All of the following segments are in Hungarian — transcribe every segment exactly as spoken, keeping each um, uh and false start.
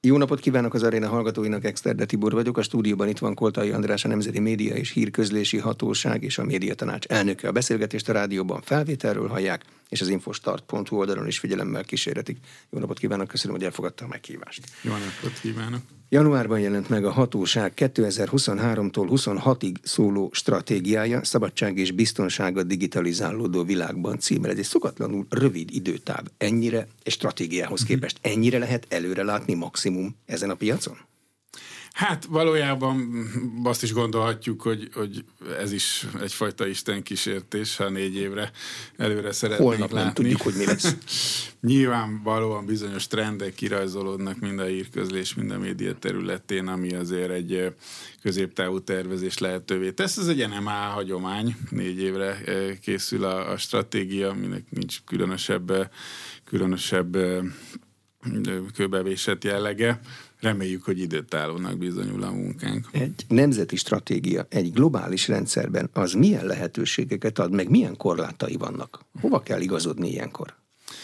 Jó napot kívánok az Aréna hallgatóinak, Exterde Tibor vagyok. A stúdióban itt van Koltai András, a Nemzeti Média és Hírközlési Hatóság és a Médiatanács elnöke. A beszélgetést a rádióban felvételről hallják, és az infostart pont hu oldalon is figyelemmel kísérhetik. Jó napot kívánok, köszönöm, hogy elfogadta a meghívást. Jó napot kívánok! Januárban jelent meg a hatóság kétezer-huszonháromtól huszonhatig szóló stratégiája, Szabadság és biztonság a digitalizálódó világban címmel. Ez egy szokatlanul rövid időtáv. Ennyire, és stratégiához képest ennyire lehet előre látni maximum ezen a piacon? Hát valójában azt is gondolhatjuk, hogy, hogy ez is egyfajta istenkísértés, ha négy évre előre szeretnénk Holnap látni. nem tudjuk, hogy mi lesz. Nyilvánvalóan bizonyos trendek kirajzolódnak mind a hírközlés, mind a média területén, ami azért egy középtávú tervezés lehetővé tesz. Ez egy en em á hagyomány, négy évre készül a, a stratégia, aminek nincs különösebb, különösebb kőbevésett jellege. Reméljük, hogy időtállónak bizonyul a munkánk. Egy nemzeti stratégia egy globális rendszerben az milyen lehetőségeket ad, meg milyen korlátai vannak? Hova kell igazodni ilyenkor?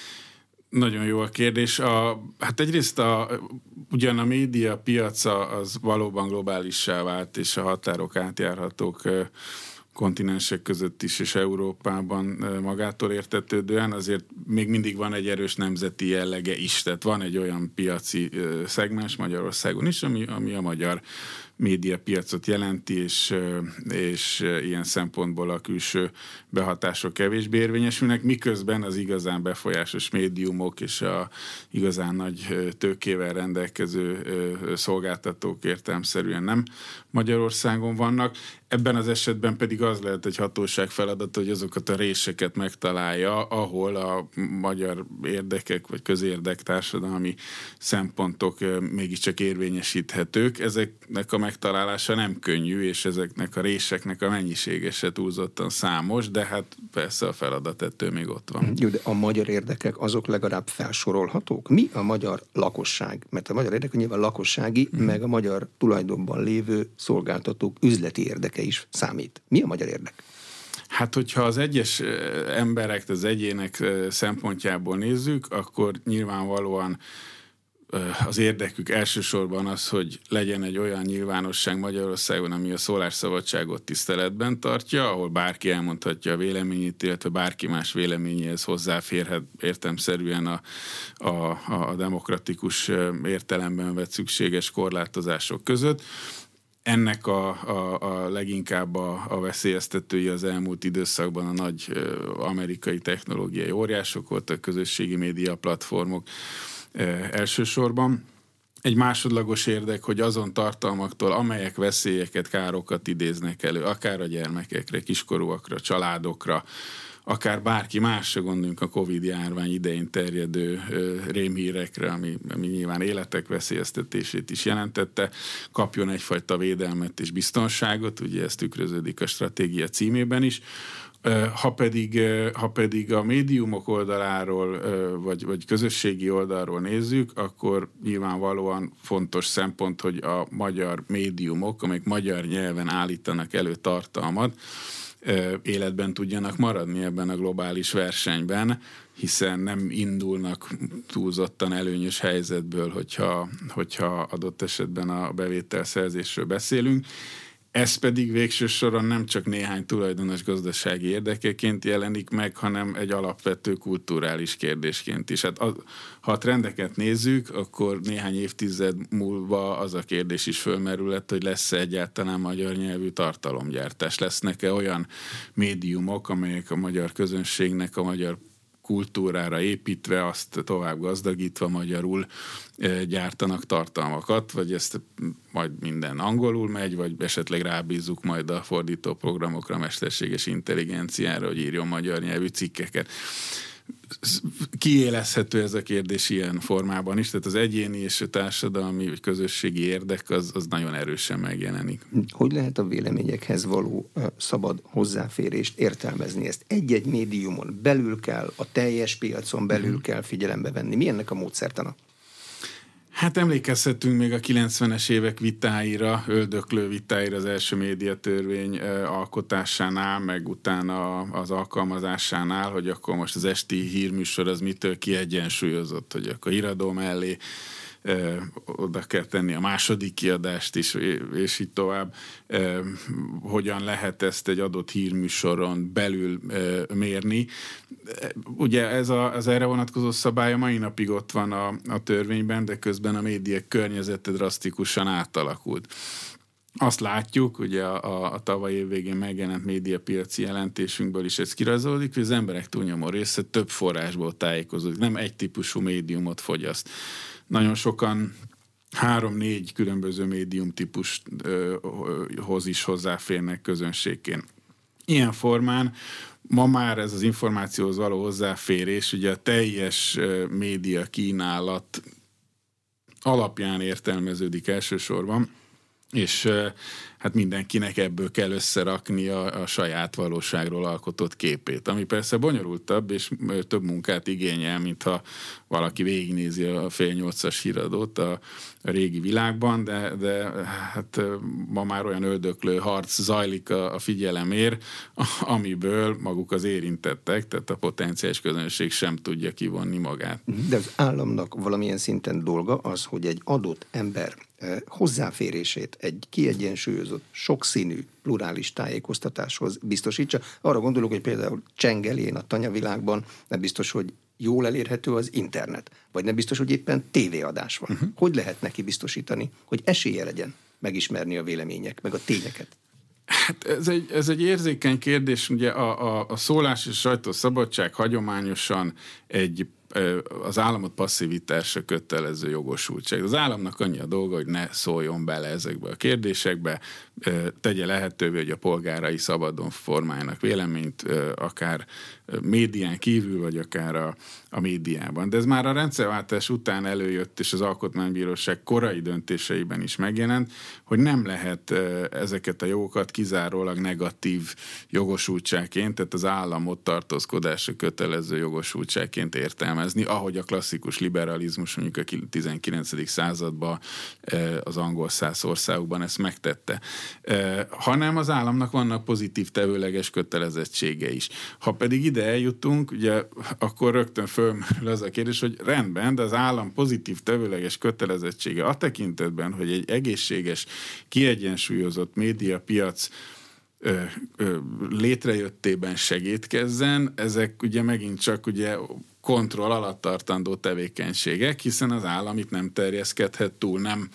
Nagyon jó a kérdés. A, hát egyrészt a, ugyan a média piaca az valóban globálissá vált, és a határok átjárhatók kontinensek között is, és Európában magától értetődően, azért még mindig van egy erős nemzeti jellege is. Tehát van egy olyan piaci szegmens Magyarországon is, ami, ami a magyar médiapiacot jelenti, és, és ilyen szempontból a külső behatások kevésbé érvényesülnek, miközben az igazán befolyásos médiumok és a igazán nagy tőkével rendelkező szolgáltatók értelemszerűen nem Magyarországon vannak. Ebben az esetben pedig az lehet egy hatóság feladata, hogy azokat a réseket megtalálja, ahol a magyar érdekek vagy közérdek társadalmi szempontok mégiscsak érvényesíthetők. Ezeknek a megtalálása nem könnyű, és ezeknek a réseknek a mennyisége se túlzottan számos, de hát persze a feladat ettől még ott van. Jó, de a magyar érdekek azok legalább felsorolhatók? Mi a magyar lakosság? Mert a magyar érdek nyilván lakossági, hmm. meg a magyar tulajdonban lévő szolgáltatók üzleti érdeke is számít. Mi a magyar érdek? Hát, hogyha az egyes emberek, az egyének szempontjából nézzük, akkor nyilvánvalóan az érdekük elsősorban az, hogy legyen egy olyan nyilvánosság Magyarországon, ami a szólásszabadságot tiszteletben tartja, ahol bárki elmondhatja a véleményét, illetve bárki más véleményéhez hozzáférhet értelemszerűen a, a, a demokratikus értelemben vett szükséges korlátozások között. Ennek a, a, a leginkább a, a veszélyeztetői az elmúlt időszakban a nagy amerikai technológiai óriások voltak, közösségi média platformok elsősorban. Egy másodlagos érdek, hogy azon tartalmaktól, amelyek veszélyeket, károkat idéznek elő, akár a gyermekekre, kiskorúakra, családokra, akár bárki másra, gondoljunk a Covid-járvány idején terjedő rémhírekre, ami, ami nyilván életek veszélyeztetését is jelentette, kapjon egyfajta védelmet és biztonságot, ugye ez tükröződik a stratégia címében is. Ha pedig, ha pedig a médiumok oldaláról, vagy, vagy közösségi oldalról nézzük, akkor nyilvánvalóan fontos szempont, hogy a magyar médiumok, amelyek magyar nyelven állítanak elő tartalmat, életben tudjanak maradni ebben a globális versenyben, hiszen nem indulnak túlzottan előnyös helyzetből, hogyha, hogyha adott esetben a bevételszerzésről beszélünk. Ez pedig végső soron nem csak néhány tulajdonos gazdasági érdekeként jelenik meg, hanem egy alapvető kulturális kérdésként is. Hát az, ha a trendeket nézzük, akkor néhány évtized múlva az a kérdés is fölmerülett, hogy lesz-e egyáltalán magyar nyelvű tartalomgyártás. Lesznek-e olyan médiumok, amelyek a magyar közönségnek, a magyar kultúrára építve, azt tovább gazdagítva magyarul gyártanak tartalmakat, vagy ezt majd minden angolul megy, vagy esetleg rábízzuk majd a fordító programokra, mesterséges intelligenciára, hogy írjon magyar nyelvű cikkeket. Kiélezhető ez a kérdés ilyen formában is, tehát az egyéni és a társadalmi vagy közösségi érdek az, az nagyon erősen megjelenik. Hogy lehet a véleményekhez való uh, szabad hozzáférést értelmezni? Ezt egy-egy médiumon belül kell, a teljes piacon belül uh-huh. kell figyelembe venni. Mi ennek a módszertana? Hát emlékezhetünk még a kilencvenes évek vitáira, öldöklő vitáira az első médiatörvény alkotásánál, meg utána az alkalmazásánál, hogy akkor most az esti hírműsor az mitől kiegyensúlyozott, hogy akkor híradó mellé oda kell tenni a második kiadást is, és így tovább. Hogyan lehet ezt egy adott hírműsoron belül mérni. Ugye ez a, az erre vonatkozó szabály a mai napig ott van a, a törvényben, de közben a média környezete drasztikusan átalakult. Azt látjuk, ugye a, a, a tavaly év végén megjelent médiapiaci jelentésünkből is ez kirajzolódik, hogy az emberek túlnyomó része több forrásból tájékozódik, nem egy típusú médiumot fogyaszt. Nagyon sokan három-négy különböző médium típushoz is hozzáférnek közönségként. Ilyen formán ma már ez az információhoz való hozzáférés, ugye a teljes média kínálat alapján értelmeződik elsősorban, és hát mindenkinek ebből kell összerakni a, a saját valóságról alkotott képét, ami persze bonyolultabb és több munkát igényel, mintha valaki végignézi a fél nyolcas híradót a, a régi világban, de, de hát ma már olyan öldöklő harc zajlik a, a figyelemért, amiből maguk az érintettek, tehát a potenciális közönség sem tudja kivonni magát. De az államnak valamilyen szinten dolga az, hogy egy adott ember hozzáférését egy kiegyensúlyozott, sokszínű, plurális tájékoztatáshoz biztosítsa. Arra gondolok, hogy például Csengelén, a tanyavilágban nem biztos, hogy jól elérhető az internet, vagy nem biztos, hogy éppen tévéadás van. Uh-huh. Hogy lehet neki biztosítani, hogy esélye legyen megismerni a vélemények, meg a tényeket? Hát ez egy, ez egy érzékeny kérdés, ugye a, a, a szólás és sajtószabadság hagyományosan egy az államot passzivitásra kötelező jogosultság. Az államnak annyi a dolga, hogy ne szóljon bele ezekbe a kérdésekbe, tegye lehetővé, hogy a polgárai szabadon formáljanak véleményt, akár médián kívül, vagy akár a, a médiában. De ez már a rendszerváltás után előjött, és az Alkotmánybíróság korai döntéseiben is megjelent, hogy nem lehet ezeket a jogokat kizárólag negatív jogosultságként, tehát az államot tartózkodásra kötelező jogosultságként értelmezni, ahogy a klasszikus liberalizmus mondjuk a tizenkilencedik században az angol száz országokban ezt megtette. Hanem az államnak vannak pozitív tevőleges kötelezettsége is. Ha pedig ide eljutunk, ugye akkor rögtön fölmerül az a kérdés, hogy rendben, de az állam pozitív tevőleges kötelezettsége a tekintetben, hogy egy egészséges, kiegyensúlyozott médiapiac Ö, ö, létrejöttében segítkezzen, ezek ugye megint csak ugye kontroll alatt tartandó tevékenységek, hiszen az állam itt nem terjeszkedhet túl, nem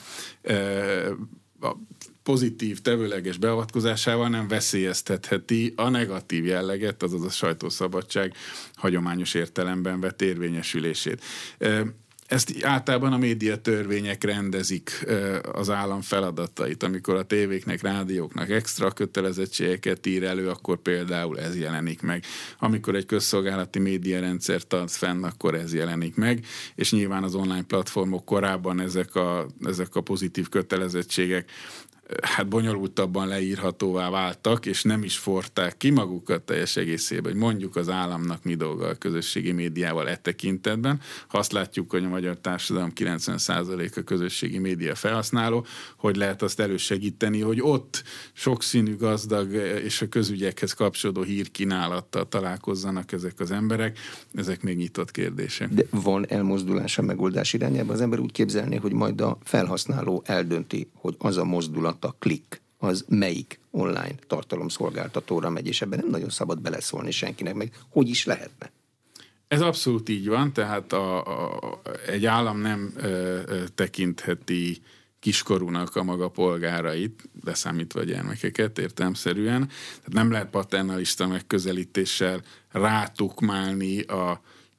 ö, a pozitív, tevőleges beavatkozásával nem veszélyeztetheti a negatív jelleget, azaz a sajtószabadság hagyományos értelemben vett érvényesülését. Ö, Ezt általában a médiatörvények rendezik az állam feladatait. Amikor a tévéknek, rádióknak extra kötelezettségeket ír elő, akkor például ez jelenik meg. Amikor egy közszolgálati médiarendszer tart fenn, akkor ez jelenik meg, és nyilván az online platformok korábban ezek a, ezek a pozitív kötelezettségek hát bonyolultabban leírhatóvá váltak, és nem is forták ki magukat teljes egészében, hogy mondjuk az államnak mi dolga a közösségi médiával e tekintetben. Ha azt látjuk, hogy a magyar társadalom kilencven százaléka közösségi média felhasználó, hogy lehet azt elősegíteni, hogy ott sokszínű, gazdag és a közügyekhez kapcsolódó hírkínálattal találkozzanak ezek az emberek. Ezek még nyitott kérdések. De van elmozdulás a megoldás irányába? Az ember úgy képzelné, hogy majd a felhasználó eldönti, hogy az a mozdulat, a klik, az melyik online tartalomszolgáltatóra megy, és ebben nem nagyon szabad beleszólni senkinek, meg hogy is lehetne? Ez abszolút így van, tehát a, a, egy állam nem ö, ö, tekintheti kiskorúnak a maga polgárait, leszámítva a gyermekeket értelemszerűen. Tehát nem lehet paternalista megközelítéssel rátukmálni a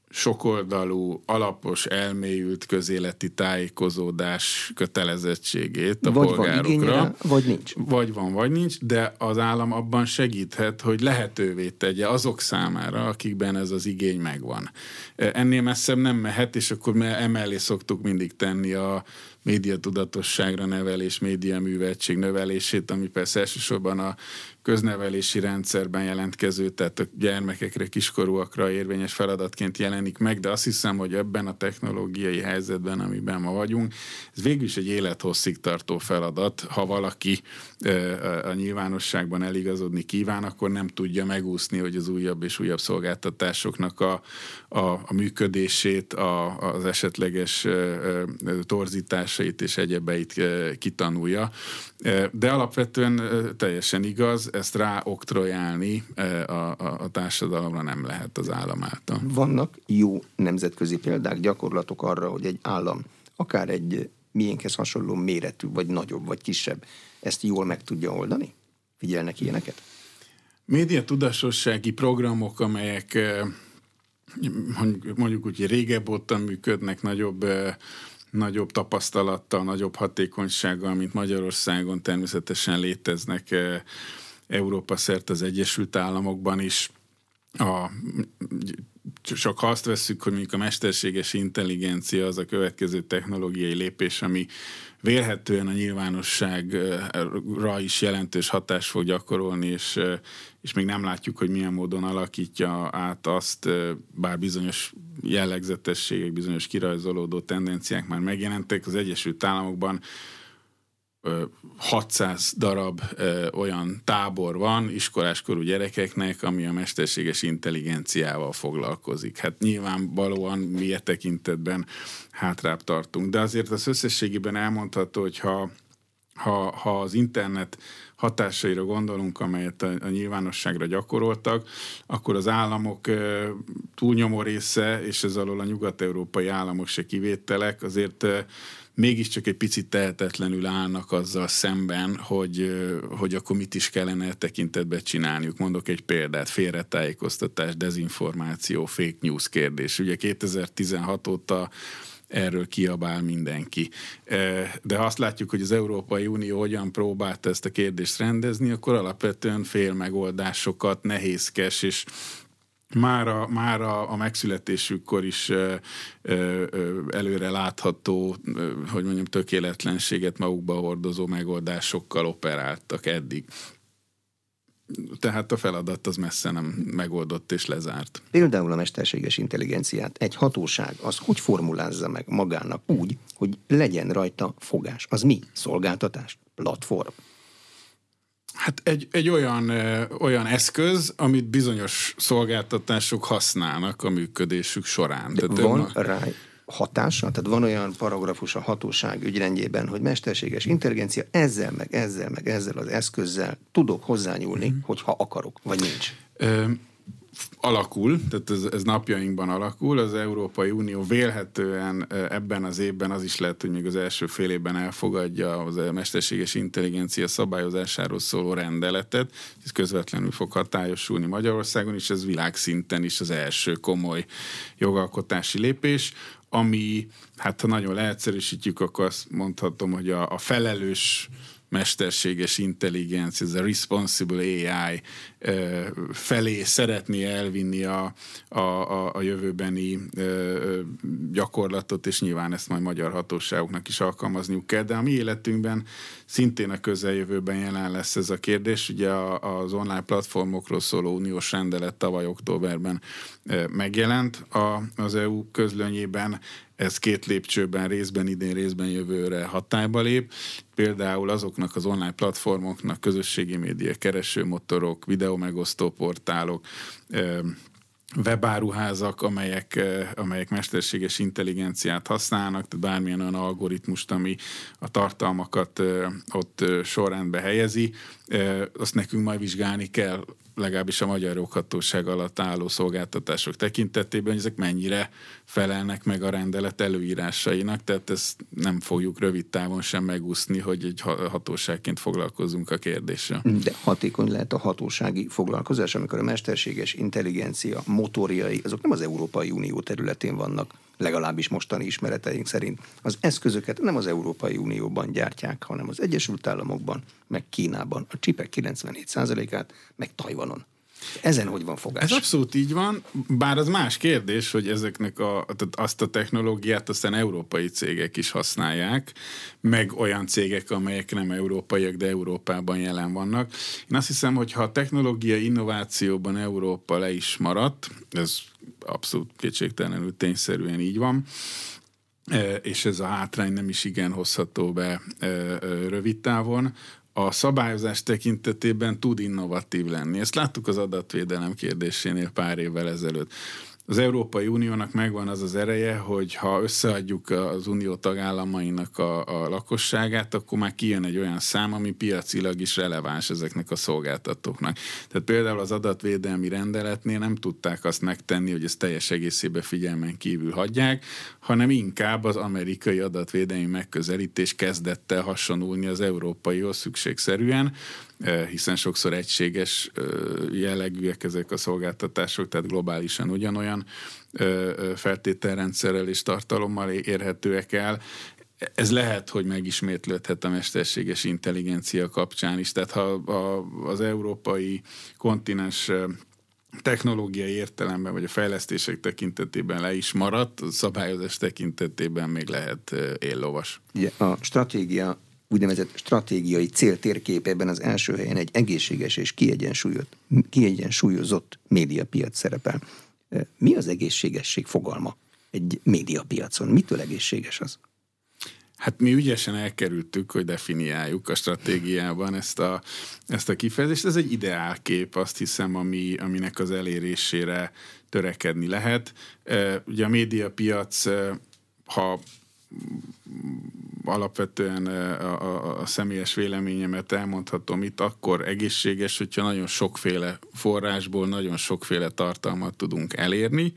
sokoldalú, alapos, elmélyült közéleti tájékozódás kötelezettségét a vagy polgárokra. Van igénye, vagy nincs. Vagy van, vagy nincs, de az állam abban segíthet, hogy lehetővé tegye azok számára, akikben ez az igény megvan. Ennél messzebb nem mehet, és akkor emellé szoktuk mindig tenni a médiatudatosságra nevelés, médiaműveltség növelését, ami persze elsősorban a köznevelési rendszerben jelentkező, tehát a gyermekekre, kiskorúakra érvényes feladatként jelenik meg, de azt hiszem, hogy ebben a technológiai helyzetben, amiben ma vagyunk, ez végül is egy élethosszig tartó feladat. Ha valaki a nyilvánosságban eligazodni kíván, akkor nem tudja megúszni, hogy az újabb és újabb szolgáltatásoknak a, a, a működését, a, az esetleges torzításait és egyebeit kitanulja. De alapvetően teljesen igaz, ezt ráoktrojálni a, a, a társadalomra nem lehet az állam által. Vannak jó nemzetközi példák, gyakorlatok arra, hogy egy állam, akár egy miénkhez hasonló méretű, vagy nagyobb, vagy kisebb, ezt jól meg tudja oldani? Figyelnek ilyeneket? Médiatudatossági programok, amelyek mondjuk úgy régebb óta működnek, nagyobb nagyobb tapasztalattal, nagyobb hatékonysággal, mint Magyarországon természetesen léteznek Európa szerte, az Egyesült Államokban is. A, csak ha azt vesszük, hogy mondjuk a mesterséges intelligencia az a következő technológiai lépés, ami vélhetően a nyilvánosságra is jelentős hatást fog gyakorolni, és, és még nem látjuk, hogy milyen módon alakítja át azt, bár bizonyos jellegzetességek, bizonyos kirajzolódó tendenciák már megjelentek. Az Egyesült Államokban hatszáz darab ö, olyan tábor van iskoláskorú gyerekeknek, ami a mesterséges intelligenciával foglalkozik. Hát nyilvánvalóan mi e tekintetben hátrább tartunk. De azért az összességében elmondható, hogy ha, ha, ha az internet hatásaira gondolunk, amelyet a, a nyilvánosságra gyakoroltak, akkor az államok ö, túlnyomó része, és ez alól a nyugat-európai államok se kivételek, azért ö, mégiscsak egy picit tehetetlenül állnak azzal szemben, hogy, hogy akkor mit is kellene tekintetben csinálniuk. Mondok egy példát, félretájékoztatás, dezinformáció, fake news kérdés. Ugye kétezer-tizenhat óta erről kiabál mindenki. De ha azt látjuk, hogy az Európai Unió hogyan próbálta ezt a kérdést rendezni, akkor alapvetően fél megoldásokat, nehézkes és Mára, mára a megszületésükkor is ö, ö, előre látható, ö, hogy mondjam, tökéletlenséget magukba hordozó megoldásokkal operáltak eddig. Tehát a feladat az messze nem megoldott és lezárt. Például a mesterséges intelligenciát egy hatóság az hogy formulázza meg magának úgy, hogy legyen rajta fogás? Az mi? Szolgáltatás? Platform? Hát egy, egy olyan, ö, olyan eszköz, amit bizonyos szolgáltatások használnak a működésük során. De Tehát van a... rá hatása? Tehát van olyan paragrafus a hatóság ügyrendjében, hogy mesterséges intelligencia ezzel, meg ezzel, meg ezzel az eszközzel tudok hozzányúlni, mm. hogyha akarok, vagy nincs? Ö, alakul, tehát ez, ez napjainkban alakul. Az Európai Unió vélhetően ebben az évben az is lehet, hogy még az első fél évben elfogadja az a mesterséges intelligencia szabályozásáról szóló rendeletet. Ez közvetlenül fog hatályosulni Magyarországon, és ez világszinten is az első komoly jogalkotási lépés, ami, hát ha nagyon leegyszerűsítjük, akkor azt mondhatom, hogy a, a felelős mesterséges intelligencia, ez a responsible á i felé szeretné elvinni a, a, a, a jövőbeni gyakorlatot, és nyilván ezt majd magyar hatóságoknak is alkalmazniuk kell, de a mi életünkben szintén a közeljövőben jelen lesz ez a kérdés. Ugye az online platformokról szóló uniós rendelet tavaly októberben megjelent az é u közlönyében. Ez két lépcsőben, részben idén, részben jövőre hatályba lép. Például azoknak az online platformoknak, közösségi média, keresőmotorok, videómegosztó portálok, webáruházak, amelyek, amelyek mesterséges intelligenciát használnak, tehát bármilyen olyan algoritmust, ami a tartalmakat ott sorrendbe helyezi, azt nekünk majd vizsgálni kell, legalábbis a magyar joghatóság alatt álló szolgáltatások tekintetében, hogy ezek mennyire felelnek meg a rendelet előírásainak, tehát ezt nem fogjuk rövid távon sem megúszni, hogy egy hatóságként foglalkozunk a kérdéssel. De hatékony lehet a hatósági foglalkozás, amikor a mesterséges intelligencia motorjai, azok nem az Európai Unió területén vannak, legalábbis mostani ismereteink szerint. Az eszközöket nem az Európai Unióban gyártják, hanem az Egyesült Államokban, meg Kínában. A csipek kilencvenhét százalékát, meg Tajvanon. Ezen hogy van fogás? Ez abszolút így van, bár az más kérdés, hogy ezeknek a, azt a technológiát aztán európai cégek is használják, meg olyan cégek, amelyek nem európaiak, de Európában jelen vannak. Én azt hiszem, hogy ha a technológiai innovációban Európa le is maradt, ez abszolút kétségtelenül tényszerűen így van, és ez a hátrány nem is igen hozható be rövid távon, a szabályozás tekintetében tud innovatív lenni. Ezt láttuk az adatvédelem kérdésénél pár évvel ezelőtt. Az Európai Uniónak megvan az az ereje, hogy ha összeadjuk az unió tagállamainak a, a lakosságát, akkor már kijön egy olyan szám, ami piacilag is releváns ezeknek a szolgáltatóknak. Tehát például az adatvédelmi rendeletnél nem tudták azt megtenni, hogy ezt teljes egészében figyelmen kívül hagyják, hanem inkább az amerikai adatvédelmi megközelítés kezdett el hasonlulni az európaihoz szükségszerűen, hiszen sokszor egységes jellegűek ezek a szolgáltatások, tehát globálisan ugyanolyan feltételrendszerrel és tartalommal érhetőek el. Ez lehet, hogy megismétlődhet a mesterséges intelligencia kapcsán is, tehát ha az európai kontinens technológiai értelemben, vagy a fejlesztések tekintetében le is maradt, a szabályozás tekintetében még lehet éllovas. Ugye a stratégia úgynevezett stratégiai céltérképében az első helyen egy egészséges és kiegyensúlyozott médiapiac szerepel. Mi az egészségesség fogalma egy médiapiacon? Mitől egészséges az? Hát mi ügyesen elkerültük, hogy definiáljuk a stratégiában ezt a, ezt a kifejezést. Ez egy ideálkép, azt hiszem, ami, aminek az elérésére törekedni lehet. Ugye a médiapiac, ha alapvetően a, a, a személyes véleményemet elmondhatom itt, akkor egészséges, hogyha nagyon sokféle forrásból, nagyon sokféle tartalmat tudunk elérni.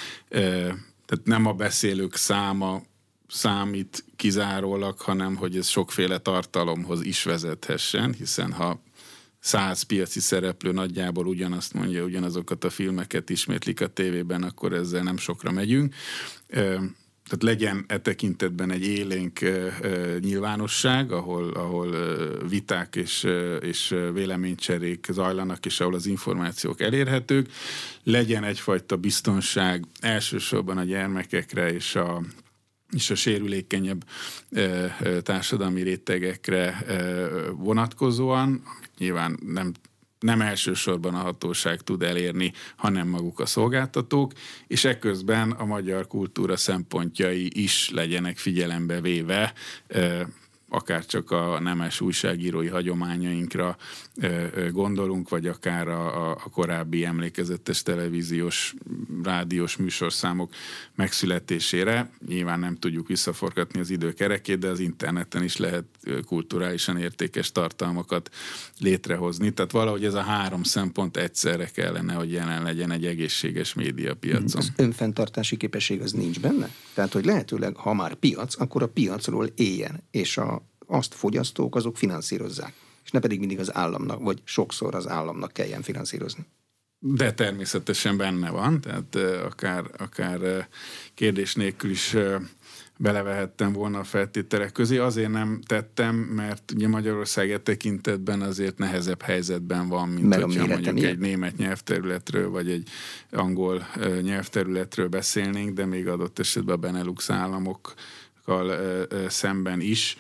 Tehát nem a beszélők száma számít kizárólag, hanem hogy ez sokféle tartalomhoz is vezethessen, hiszen ha száz piaci szereplő nagyjából ugyanazt mondja, ugyanazokat a filmeket ismétlik a tévében, akkor ezzel nem sokra megyünk. Tehát legyen e tekintetben egy élénk e, e, nyilvánosság, ahol, ahol e, viták és, e, és véleménycserék zajlanak, és ahol az információk elérhetők. Legyen egyfajta biztonság elsősorban a gyermekekre és a, és a sérülékenyebb e, e, társadalmi rétegekre e, vonatkozóan. Nyilván nem nem elsősorban a hatóság tud elérni, hanem maguk a szolgáltatók, és eközben a magyar kultúra szempontjai is legyenek figyelembe véve, akár csak a nemes újságírói hagyományainkra gondolunk, vagy akár a, a korábbi emlékezetes televíziós, rádiós műsorszámok megszületésére. Nyilván nem tudjuk visszaforgatni az idő kerekét, de az interneten is lehet kulturálisan értékes tartalmakat létrehozni. Tehát valahogy ez a három szempont egyszerre kellene, hogy jelen legyen egy egészséges médiapiacon. Az önfenntartási képesség az nincs benne? Tehát, hogy lehetőleg, ha már piac, akkor a piacról éljen, és a azt fogyasztók, azok finanszírozzák. És ne pedig mindig az államnak, vagy sokszor az államnak kelljen finanszírozni. De természetesen benne van, tehát akár, akár kérdés nélkül is belevehettem volna a feltételek közé. Azért nem tettem, mert ugye Magyarország e tekintetben azért nehezebb helyzetben van, mint mert hogyha mondjuk ilyen? egy német nyelvterületről, vagy egy angol nyelvterületről beszélnénk, de még adott esetben a Benelux államokkal szemben is.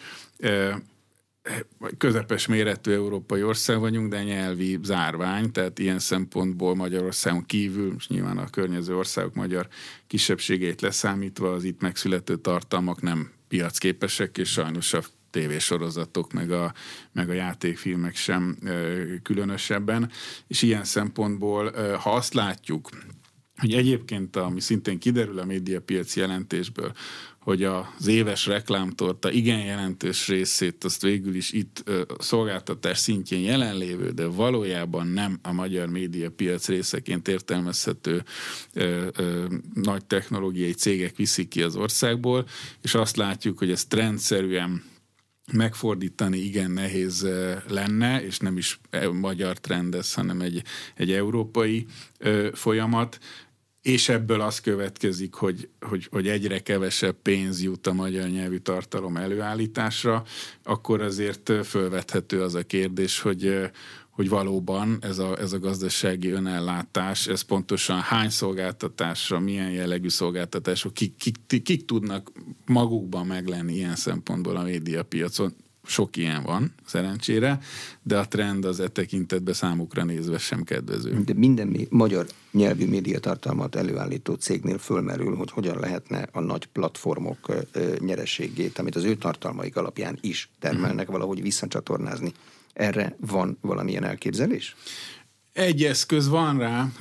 Közepes méretű európai ország vagyunk, de nyelvi zárvány, tehát ilyen szempontból Magyarországon kívül, és nyilván a környező országok magyar kisebbségét leszámítva az itt megszülető tartalmak nem piacképesek, és sajnos a tévésorozatok, meg a, meg a játékfilmek sem különösebben, és ilyen szempontból, ha azt látjuk, hogy egyébként, ami szintén kiderül a médiapiaci jelentésből, hogy az éves reklámtorta igen jelentős részét azt végül is itt ö, szolgáltatás szintjén jelenlévő, de valójában nem a magyar médiapiac részeként értelmezhető ö, ö, nagy technológiai cégek viszik ki az országból, és azt látjuk, hogy ez trendszerűen megfordítani igen nehéz lenne, és nem is magyar trend ez, hanem egy, egy európai ö, folyamat, és ebből az következik, hogy, hogy, hogy egyre kevesebb pénz jut a magyar nyelvű tartalom előállításra, akkor azért fölvethető az a kérdés, hogy, hogy valóban ez a, ez a gazdasági önellátás, ez pontosan hány szolgáltatásra, milyen jellegű szolgáltatások, kik, kik, kik tudnak magukban meglenni ilyen szempontból a médiapiacon. Sok ilyen van, szerencsére, de a trend az e tekintetben számukra nézve sem kedvező. De minden magyar nyelvű médiatartalmat előállító cégnél fölmerül, hogy hogyan lehetne a nagy platformok nyereségét, amit az ő tartalmaik alapján is termelnek, mm. valahogy visszacsatornázni. Erre van valamilyen elképzelés? Egy eszköz van rá,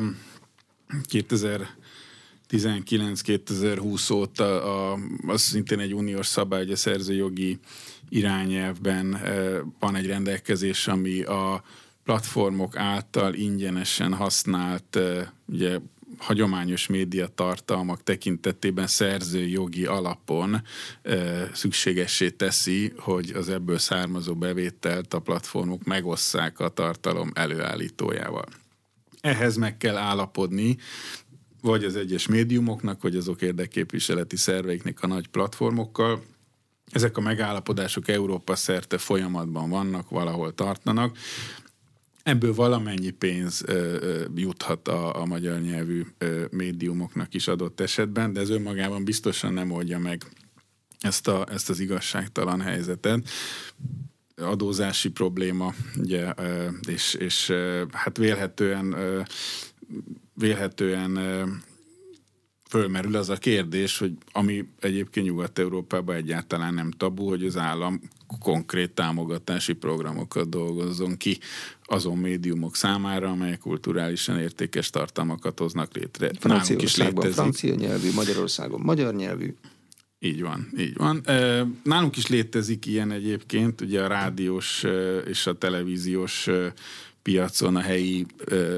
kétezer-tizenkilenc kétezer-húsz óta a, az szintén egy uniós szabály, hogy a szerzőjogi irányelvben van egy rendelkezés, ami a platformok által ingyenesen használt ugye, hagyományos médiatartalmak tekintetében szerzőjogi alapon szükségessé teszi, hogy az ebből származó bevételt a platformok megosszák a tartalom előállítójával. Ehhez meg kell állapodni, vagy az egyes médiumoknak, vagy azok érdekképviseleti szerveiknek a nagy platformokkal. Ezek a megállapodások Európa szerte folyamatban vannak, valahol tartanak. Ebből valamennyi pénz ö, juthat a, a magyar nyelvű ö, médiumoknak is adott esetben, de ez önmagában biztosan nem oldja meg ezt, a, ezt az igazságtalan helyzetet. Adózási probléma, ugye, ö, és, és ö, hát vélhetően, ö, vélhetően ö, fölmerül az a kérdés, hogy ami egyébként Nyugat-Európában egyáltalán nem tabu, hogy az állam konkrét támogatási programokat dolgozzon ki azon médiumok számára, amelyek kulturálisan értékes tartalmakat hoznak létre. Franciaországban francia nyelvű, Magyarországon magyar nyelvű. Így van, így van. Nálunk is létezik ilyen egyébként, ugye a rádiós és a televíziós piacon a helyi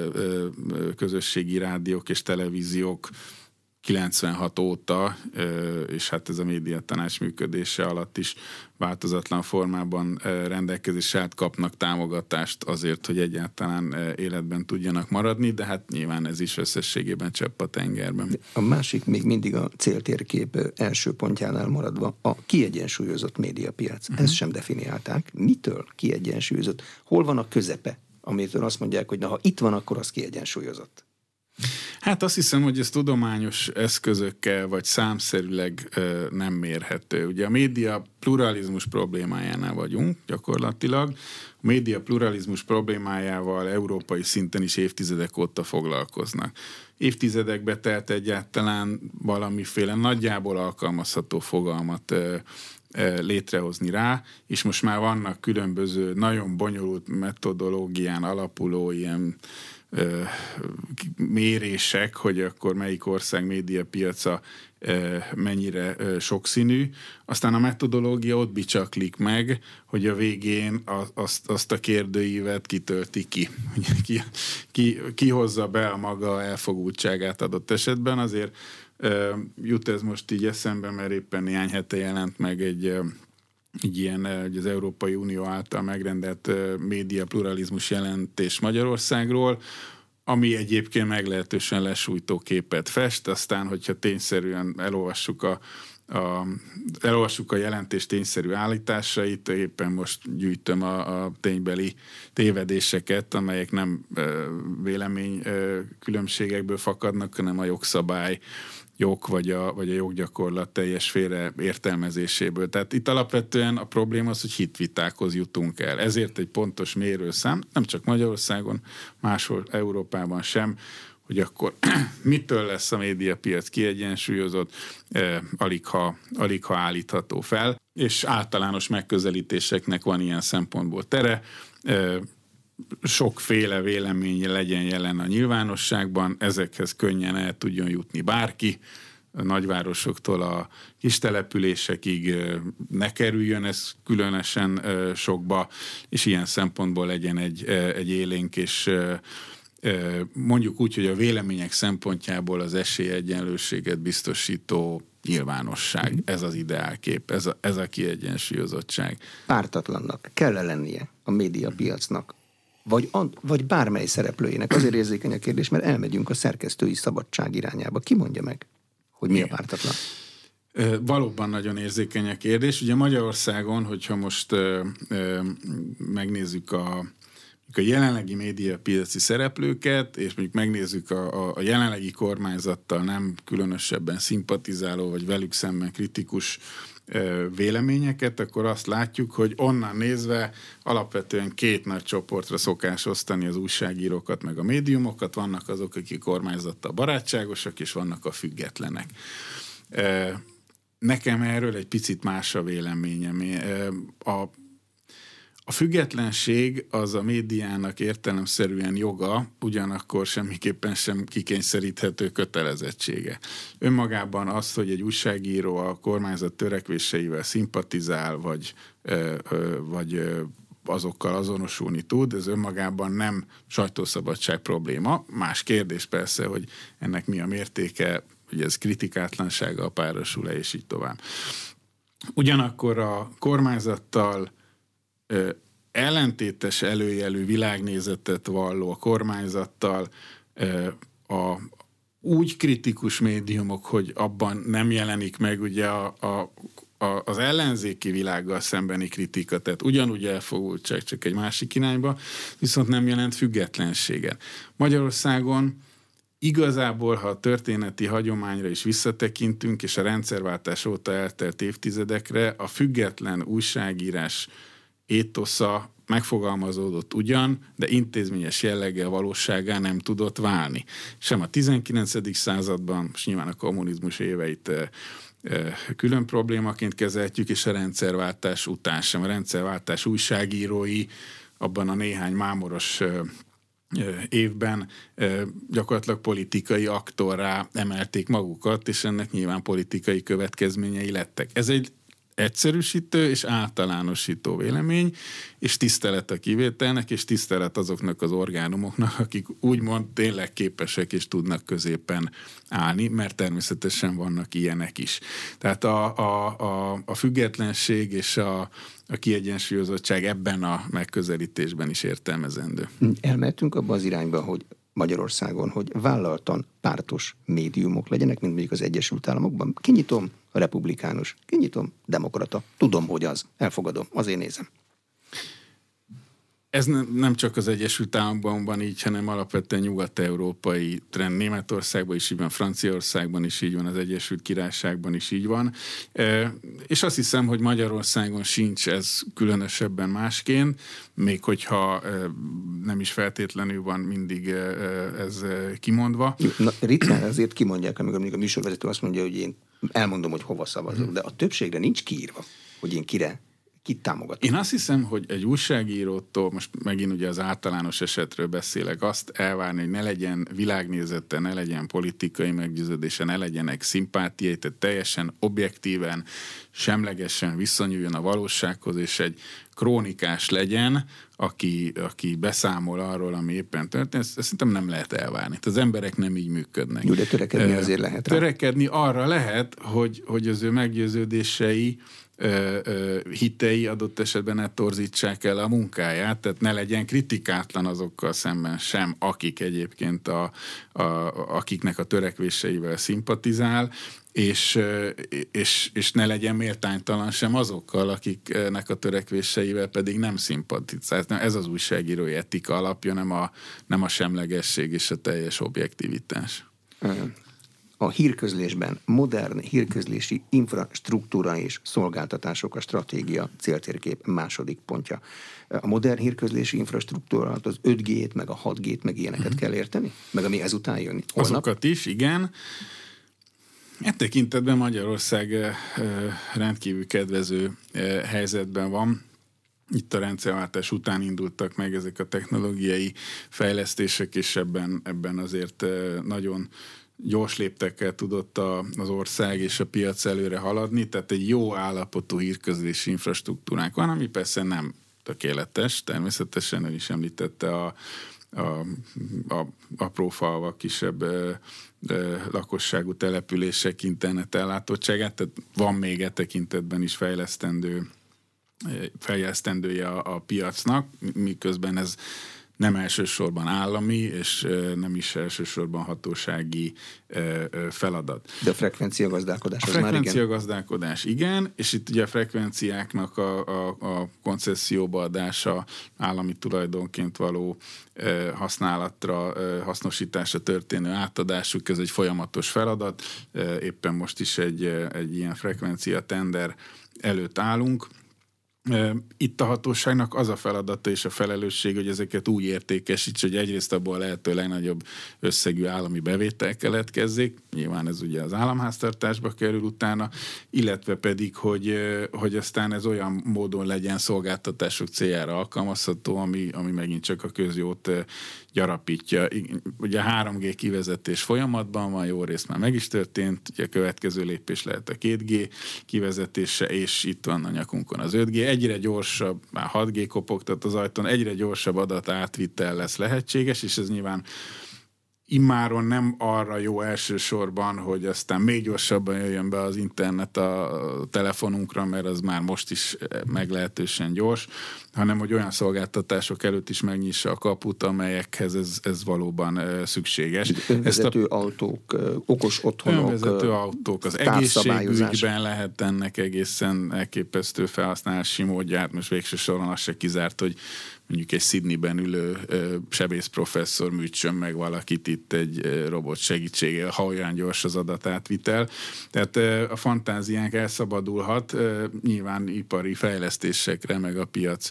közösségi rádiók és televíziók kilencvenhat óta, és hát ez a médiatanács működése alatt is változatlan formában rendelkezésre állt, kapnak támogatást azért, hogy egyáltalán életben tudjanak maradni, de hát nyilván ez is összességében csepp a tengerben. A másik még mindig a céltérkép első pontjánál maradva a kiegyensúlyozott médiapiac. Uh-huh. Ezt sem definiálták. Mitől kiegyensúlyozott? Hol van a közepe, amitől azt mondják, hogy na, ha itt van, akkor az kiegyensúlyozott? Hát azt hiszem, hogy ez tudományos eszközökkel vagy számszerűleg ö, nem mérhető. Ugye a média pluralizmus problémájánál vagyunk gyakorlatilag. A média pluralizmus problémájával európai szinten is évtizedek óta foglalkoznak. Évtizedekbe telt egyáltalán valamiféle nagyjából alkalmazható fogalmat ö, ö, létrehozni rá, és most már vannak különböző nagyon bonyolult metodológián alapuló ilyen mérések, hogy akkor melyik ország médiapiaca mennyire sokszínű. Aztán a metodológia ott bicsaklik meg, hogy a végén azt, azt a kérdőívet kitölti ki. ki, ki. Ki hozza be a maga elfogultságát adott esetben. Azért jut ez most így eszembe, mert éppen néhány hete jelent meg egy egy ilyen az Európai Unió által megrendelt média pluralizmus jelentés Magyarországról, ami egyébként meglehetősen lesújtó képet fest, aztán, hogyha tényszerűen elolvassuk a, a, elolvassuk a jelentés tényszerű állításait, éppen most gyűjtöm a, a ténybeli tévedéseket, amelyek nem vélemény különbségekből fakadnak, hanem a jogszabály jog vagy a, vagy a joggyakorlat teljes félre értelmezéséből. Tehát itt alapvetően a probléma az, hogy hitvitákhoz jutunk el. Ezért egy pontos mérőszám, nem csak Magyarországon, máshol Európában sem, hogy akkor mitől lesz a médiapiac kiegyensúlyozott, eh, alig, ha, alig ha állítható fel, és általános megközelítéseknek van ilyen szempontból tere, eh, sokféle vélemény legyen jelen a nyilvánosságban, ezekhez könnyen el tudjon jutni bárki, a nagyvárosoktól a kis településekig ne kerüljön ez különösen sokba, és ilyen szempontból legyen egy, egy élénk, és mondjuk úgy, hogy a vélemények szempontjából az esélyegyenlőséget biztosító nyilvánosság. Ez az ideálkép, ez a, ez a kiegyensúlyozottság. Pártatlannak kell lennie a médiapiacnak, vagy, vagy bármely szereplőjének. Azért érzékeny a kérdés, mert elmegyünk a szerkesztői szabadság irányába. Ki mondja meg, hogy mi a pártatlan? Valóban nagyon érzékeny a kérdés. Ugye Magyarországon, hogyha most ö, ö, megnézzük a a jelenlegi médiapiaci szereplőket, és mondjuk megnézzük a, a jelenlegi kormányzattal nem különösebben szimpatizáló, vagy velük szemben kritikus véleményeket, akkor azt látjuk, hogy onnan nézve alapvetően két nagy csoportra szokás osztani az újságírókat, meg a médiumokat. Vannak azok, akik kormányzattal barátságosak, és vannak a függetlenek. Nekem erről egy picit más a véleményem. A A függetlenség az a médiának értelemszerűen joga, ugyanakkor semmiképpen sem kikényszeríthető kötelezettsége. Önmagában az, hogy egy újságíró a kormányzat törekvéseivel szimpatizál, vagy, vagy azokkal azonosulni tud, ez önmagában nem sajtószabadság probléma. Más kérdés persze, hogy ennek mi a mértéke, hogy ez kritikátlansággal párosul-e, és így tovább. Ugyanakkor a kormányzattal Ö, ellentétes előjelű világnézetet valló a kormányzattal ö, a úgy kritikus médiumok, hogy abban nem jelenik meg ugye a, a, a, az ellenzéki világgal szembeni kritika, tehát ugyanúgy elfogultság, csak egy másik irányba, viszont nem jelent függetlenséget. Magyarországon igazából, ha a történeti hagyományra is visszatekintünk, és a rendszerváltás óta eltelt évtizedekre, a független újságírás étosza megfogalmazódott ugyan, de intézményes jelleggel valósággá nem tudott válni. Sem a tizenkilencedik században, és nyilván a kommunizmus éveit e, e, külön problémaként kezeltjük, és a rendszerváltás után sem. A rendszerváltás újságírói abban a néhány mámoros e, évben e, gyakorlatilag politikai aktorrá emelték magukat, és ennek nyilván politikai következményei lettek. Ez egy egyszerűsítő és általánosító vélemény, és tisztelet a kivételnek, és tisztelet azoknak az orgánumoknak, akik úgymond tényleg képesek és tudnak középen állni, mert természetesen vannak ilyenek is. Tehát a, a, a, a függetlenség és a, a kiegyensúlyozottság ebben a megközelítésben is értelmezendő. Elmehetünk abba az irányba, hogy Magyarországon, hogy vállaltan pártos médiumok legyenek, mint mondjuk az Egyesült Államokban. Kinyitom, republikánus, kinyitom, demokrata. Tudom, hogy az. Elfogadom, azért nézem. Ez nem csak az Egyesült Államokban van így, hanem alapvetően nyugat-európai trend. Németországban is így van, Franciaországban is így van, az Egyesült Királyságban is így van. És azt hiszem, hogy Magyarországon sincs ez különösebben másként, még hogyha nem is feltétlenül van mindig ez kimondva. Na, ritkán azért kimondják, amikor mondjuk a műsorvezető azt mondja, hogy én elmondom, hogy hova szavazok, de a többségre nincs kiírva, hogy én kire kit támogatom. Én azt hiszem, hogy egy újságírótól, most megint ugye az általános esetről beszélek, azt elvárni, hogy ne legyen világnézete, ne legyen politikai meggyőződése, ne legyenek szimpátiái, tehát teljesen objektíven, semlegesen viszonyuljon a valósághoz, és egy krónikás legyen, aki, aki beszámol arról, ami éppen történt, ezt, ezt szerintem nem lehet elvárni. Tehát az emberek nem így működnek. Jó, de törekedni azért lehet rá. Törekedni arra lehet, hogy, hogy az ő meggyőződései, Ö, ö, hitei adott esetben ne torzítsák el a munkáját, tehát ne legyen kritikátlan azokkal szemben sem, akik egyébként a, a, akiknek a törekvéseivel szimpatizál, és, és, és ne legyen méltánytalan sem azokkal, akiknek a törekvéseivel pedig nem szimpatizál. Ez az újságírói etika alapja, nem a, nem a semlegesség és a teljes objektivitás. A hírközlésben modern hírközlési infrastruktúra és szolgáltatások a stratégia céltérkép második pontja. A modern hírközlési infrastruktúra, az öt G-t, meg a hat G-t, meg ilyeneket mm-hmm. kell érteni? Meg ami ezután jön? Holnap? Azokat is, igen. E tekintetben Magyarország rendkívül kedvező helyzetben van. Itt a rendszerváltás után indultak meg ezek a technológiai fejlesztések, és ebben, ebben azért nagyon gyors léptekkel tudott a, az ország és a piac előre haladni, tehát egy jó állapotú hírközlési infrastruktúránk van, ami persze nem tökéletes, természetesen ön is említette a, a, a apró falvak, kisebb ö, ö, lakosságú települések internet ellátottságát, tehát van még e tekintetben is fejlesztendő, fejlesztendője a, a piacnak, miközben ez nem elsősorban állami, és nem is elsősorban hatósági feladat. De a frekvencia gazdálkodás az már igen? A frekvencia gazdálkodás igen, és itt ugye a frekvenciáknak a, a, a koncesszióba adása, állami tulajdonként való használatra, hasznosításra történő átadásuk, ez egy folyamatos feladat. Éppen most is egy, egy ilyen frekvencia tender előtt állunk. Itt a hatóságnak az a feladata és a felelősség, hogy ezeket úgy értékesíts, hogy egyrészt abból a lehető legnagyobb összegű állami bevétel keletkezzék, nyilván ez ugye az államháztartásba kerül utána, illetve pedig, hogy, hogy aztán ez olyan módon legyen szolgáltatások céljára alkalmazható, ami, ami megint csak a közjót gyarapítja. Ugye a három G kivezetés folyamatban van, jó részt már meg is történt, ugye a következő lépés lehet a két G kivezetése, és itt van a nyakunkon az öt G. Egyre gyorsabb, már hat G kopogtat az ajtón, egyre gyorsabb adatátvitel lesz lehetséges, és ez nyilván immáron nem arra jó elsősorban, hogy aztán még gyorsabban jöjjön be az internet a telefonunkra, mert az már most is meglehetősen gyors, hanem hogy olyan szolgáltatások előtt is megnyissa a kaput, amelyekhez ez, ez valóban szükséges. Önvezető a, autók, okos otthonok, önvezető autók, az egészségügyben lehet ennek egészen elképesztő felhasználási módját. Most végső soron az se kizárt, hogy mondjuk egy Sydneyben ülő sebészprofesszor műtsön meg valakit itt egy robot segítségével, ha olyan gyors az adatátvitel. Tehát a fantáziánk elszabadulhat, nyilván ipari fejlesztésekre, meg a piac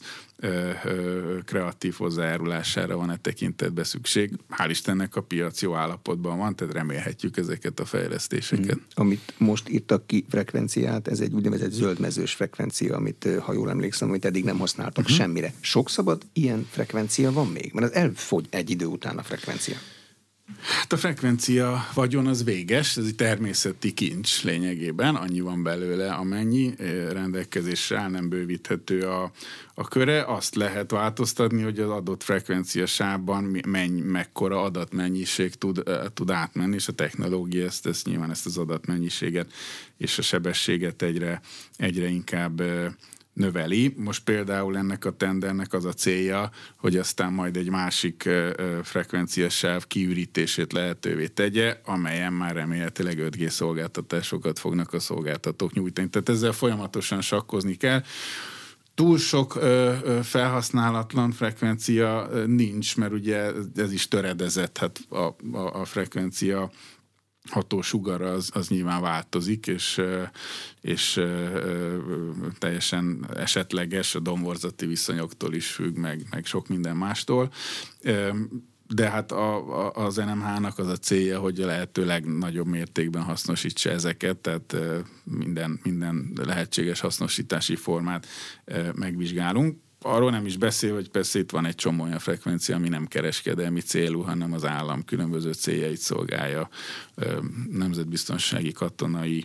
kreatív hozzájárulására van e tekintetben szükség. Hál' Istennek a piac jó állapotban van, tehát remélhetjük ezeket a fejlesztéseket. Mm. Amit most írtak ki frekvenciát, ez egy úgynevezett zöldmezős frekvencia, amit, ha jól emlékszem, amit eddig nem használtak uh-huh. semmire. Sok szabad ilyen frekvencia van még? Mert az elfogy egy idő után a frekvencia. Hát a frekvencia vagyon az véges, ez egy természeti kincs lényegében, annyi van belőle, amennyi rendelkezésre áll, nem bővíthető a, a köre. Azt lehet változtatni, hogy az adott frekvencia sávban menny, mekkora adatmennyiség tud, tud átmenni, és a technológia ezt, ezt nyilván ezt az adatmennyiséget és a sebességet egyre, egyre inkább növeli. Most például ennek a tendernek az a célja, hogy aztán majd egy másik frekvenciasáv kiürítését lehetővé tegye, amelyen már remélhetőleg öt G szolgáltatásokat fognak a szolgáltatók nyújtani. Tehát ezzel folyamatosan sakkozni kell. Túl sok ö, ö, felhasználatlan frekvencia nincs, mert ugye ez is töredezett, hát a, a, a frekvencia hatósugar az, az nyilván változik, és, és teljesen esetleges, a domborzati viszonyoktól is függ, meg, meg sok minden mástól. De hát a, a, az en em há-nak az a célja, hogy a lehető legnagyobb mértékben hasznosítsa ezeket, tehát minden, minden lehetséges hasznosítási formát megvizsgálunk. Arról nem is beszél, hogy persze itt van egy csomó olyan frekvencia, ami nem kereskedelmi célú, hanem az állam különböző céljait szolgálja, nemzetbiztonsági, katonai,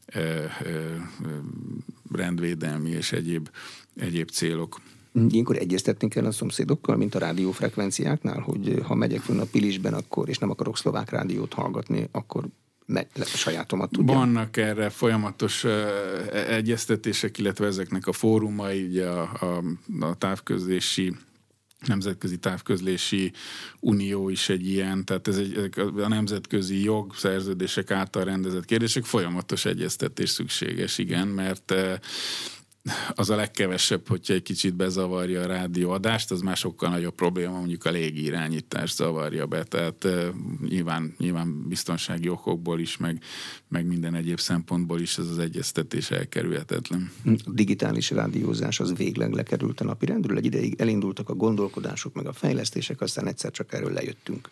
rendvédelmi és egyéb, egyéb célok. Ilyenkor egyeztetni kell a szomszédokkal, mint a rádiófrekvenciáknál, hogy ha megyek fönn a Pilisben, akkor, és nem akarok szlovák rádiót hallgatni, akkor meg, a sajátomat tudjam. Vannak erre folyamatos uh, egyeztetések, illetve ezeknek a fórumai, ugye a, a, a távközlési, nemzetközi távközlési unió is egy ilyen, tehát ez egy, a nemzetközi jog, szerződések által rendezett kérdések, folyamatos egyeztetés szükséges, igen, mert uh, az a legkevesebb, hogyha egy kicsit bezavarja a rádióadást, az már sokkal nagyobb probléma, mondjuk a légirányítást zavarja be, tehát uh, nyilván, nyilván biztonsági okokból is, meg, meg minden egyéb szempontból is ez az egyeztetés elkerülhetetlen. A digitális rádiózás az végleg lekerült a napirendről, egy ideig elindultak a gondolkodások, meg a fejlesztések, aztán egyszer csak erről lejöttünk.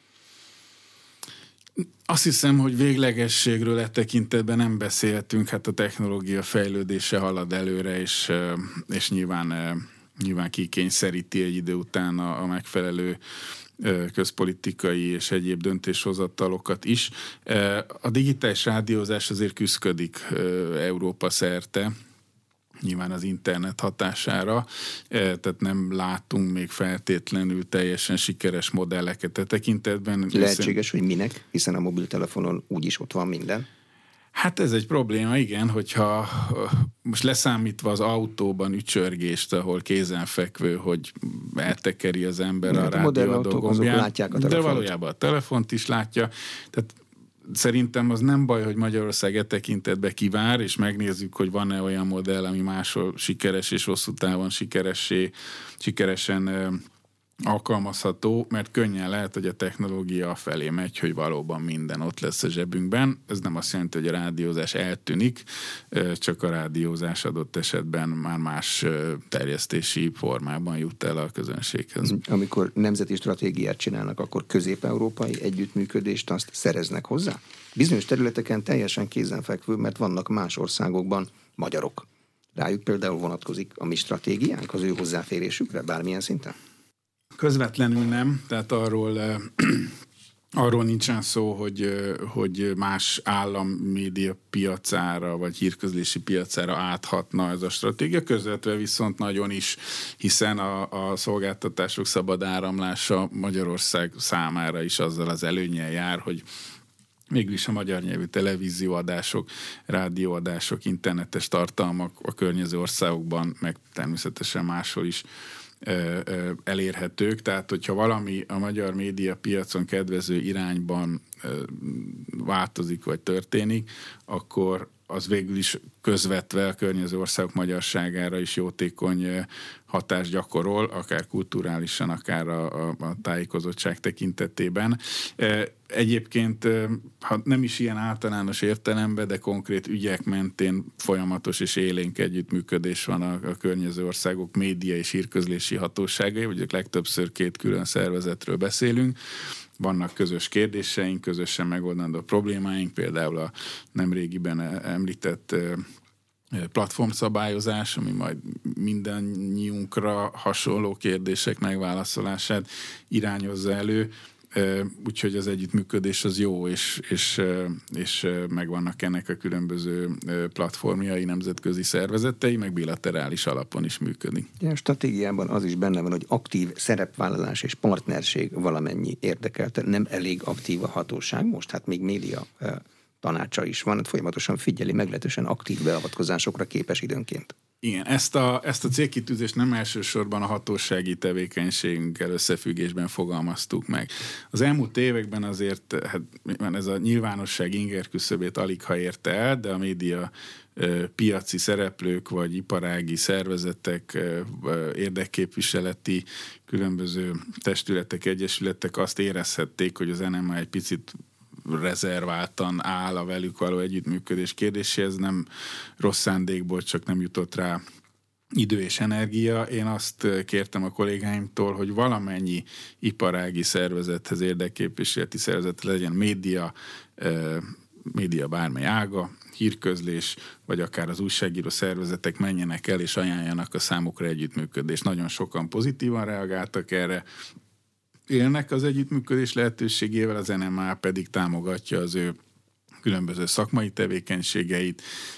Azt hiszem, hogy véglegességről e tekintetben nem beszéltünk, hát a technológia fejlődése halad előre, és, és nyilván, nyilván kikényszeríti egy idő után a, a megfelelő közpolitikai és egyéb döntéshozatalokat is. A digitális rádiózás azért küszködik Európa szerte, nyilván az internet hatására, tehát nem látunk még feltétlenül teljesen sikeres modelleket a tekintetben. Lehetséges, hogy minek, hiszen a mobiltelefonon úgyis ott van minden. Hát ez egy probléma, igen, hogyha most leszámítva az autóban ücsörgést, ahol kézenfekvő, hogy eltekeri az ember Igen, a rádióadó gombján, de valójában a telefont is látja. Tehát szerintem az nem baj, hogy Magyarország e tekintetben kivár, és megnézzük, hogy van-e olyan modell, ami máshol sikeres és hosszú távon sikeressé, sikeresen alkalmazható, mert könnyen lehet, hogy a technológia felé megy, hogy valóban minden ott lesz a zsebünkben. Ez nem azt jelenti, hogy a rádiózás eltűnik, csak a rádiózás adott esetben már más terjesztési formában jut el a közönséghez. Amikor nemzeti stratégiát csinálnak, akkor közép-európai együttműködést azt szereznek hozzá? Bizonyos területeken teljesen kézenfekvő, mert vannak más országokban magyarok. Rájuk például vonatkozik a mi stratégiánk, az ő hozzáférésükre bármilyen szinten? Közvetlenül nem, tehát arról, arról nincsen szó, hogy, hogy más állam média piacára, vagy hírközlési piacára áthatna ez a stratégia, közvetve viszont nagyon is, hiszen a, a szolgáltatások szabad áramlása Magyarország számára is azzal az előnnyel jár, hogy mégis a magyar nyelvű televízióadások, rádióadások, internetes tartalmak a környező országokban, meg természetesen máshol is elérhetők, tehát hogyha valami a magyar média piacon kedvező irányban változik vagy történik, akkor az végül is közvetve a környező országok magyarságára is jótékony hatást gyakorol, akár kulturálisan, akár a, a, a tájékozottság tekintetében. Egyébként, ha nem is ilyen általános értelemben, de konkrét ügyek mentén folyamatos és élénk együttműködés van a, a környező országok média és hírközlési hatóságai, vagy legtöbbször két külön szervezetről beszélünk. Vannak közös kérdéseink, közösen megoldandó problémáink, például a nemrégiben említett platformszabályozás, ami majd mindannyiunkra hasonló kérdések megválaszolását irányozza elő, úgyhogy az együttműködés az jó, és, és, és megvannak ennek a különböző platformjai, nemzetközi szervezetei, meg bilaterális alapon is működik. A stratégiában az is benne van, hogy aktív szerepvállalás és partnerség valamennyi érdekelte, nem elég aktív a hatóság, most hát még média tanácsa is van, folyamatosan figyeli, meglehetősen aktív beavatkozásokra képes időnként. Igen, ezt a, ezt a célkitűzést nem elsősorban a hatósági tevékenységünkkel összefüggésben fogalmaztuk meg. Az elmúlt években azért hát, ez a nyilvánosság inger küszöbét alig ha érte el, de a média piaci szereplők vagy iparági szervezetek, érdekképviseleti különböző testületek, egyesületek azt érezhették, hogy az en em á egy picit rezerváltan áll a velük való együttműködés kérdéséhez, nem rossz szándékból, csak nem jutott rá idő és energia. Én azt kértem a kollégáimtól, hogy valamennyi iparági szervezethez, érdekképviseleti szervezet legyen média, média bármely ága, hírközlés, vagy akár az újságíró szervezetek menjenek el és ajánljanak a számukra együttműködést. Nagyon sokan pozitívan reagáltak erre, élnek az együttműködés lehetőségével, az en em á pedig támogatja az ő különböző szakmai tevékenységeit,